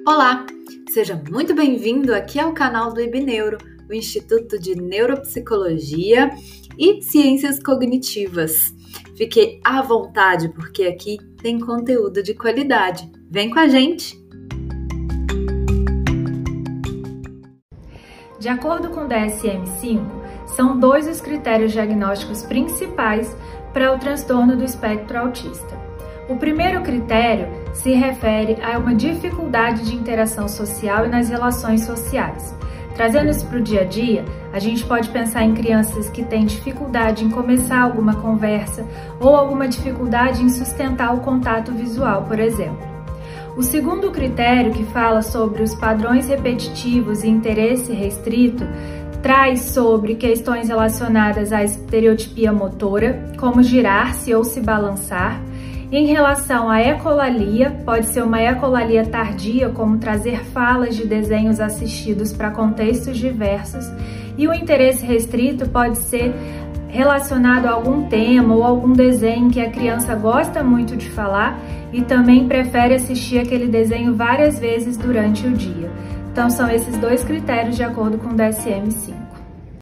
Olá, seja muito bem-vindo aqui ao canal do IBNeuro, o Instituto de Neuropsicologia e Ciências Cognitivas. Fique à vontade porque aqui tem conteúdo de qualidade. Vem com a gente! De acordo com o DSM-5, são 2 os critérios diagnósticos principais para o transtorno do espectro autista. O primeiro critério se refere a uma dificuldade de interação social e nas relações sociais. Trazendo isso para o dia a dia, a gente pode pensar em crianças que têm dificuldade em começar alguma conversa ou alguma dificuldade em sustentar o contato visual, por exemplo. O segundo critério, que fala sobre os padrões repetitivos e interesse restrito, traz sobre questões relacionadas à estereotipia motora, como girar-se ou se balançar. Em relação à ecolalia, pode ser uma ecolalia tardia, como trazer falas de desenhos assistidos para contextos diversos, e o interesse restrito pode ser relacionado a algum tema ou algum desenho que a criança gosta muito de falar e também prefere assistir aquele desenho várias vezes durante o dia. Então são esses 2 critérios de acordo com o DSM-5.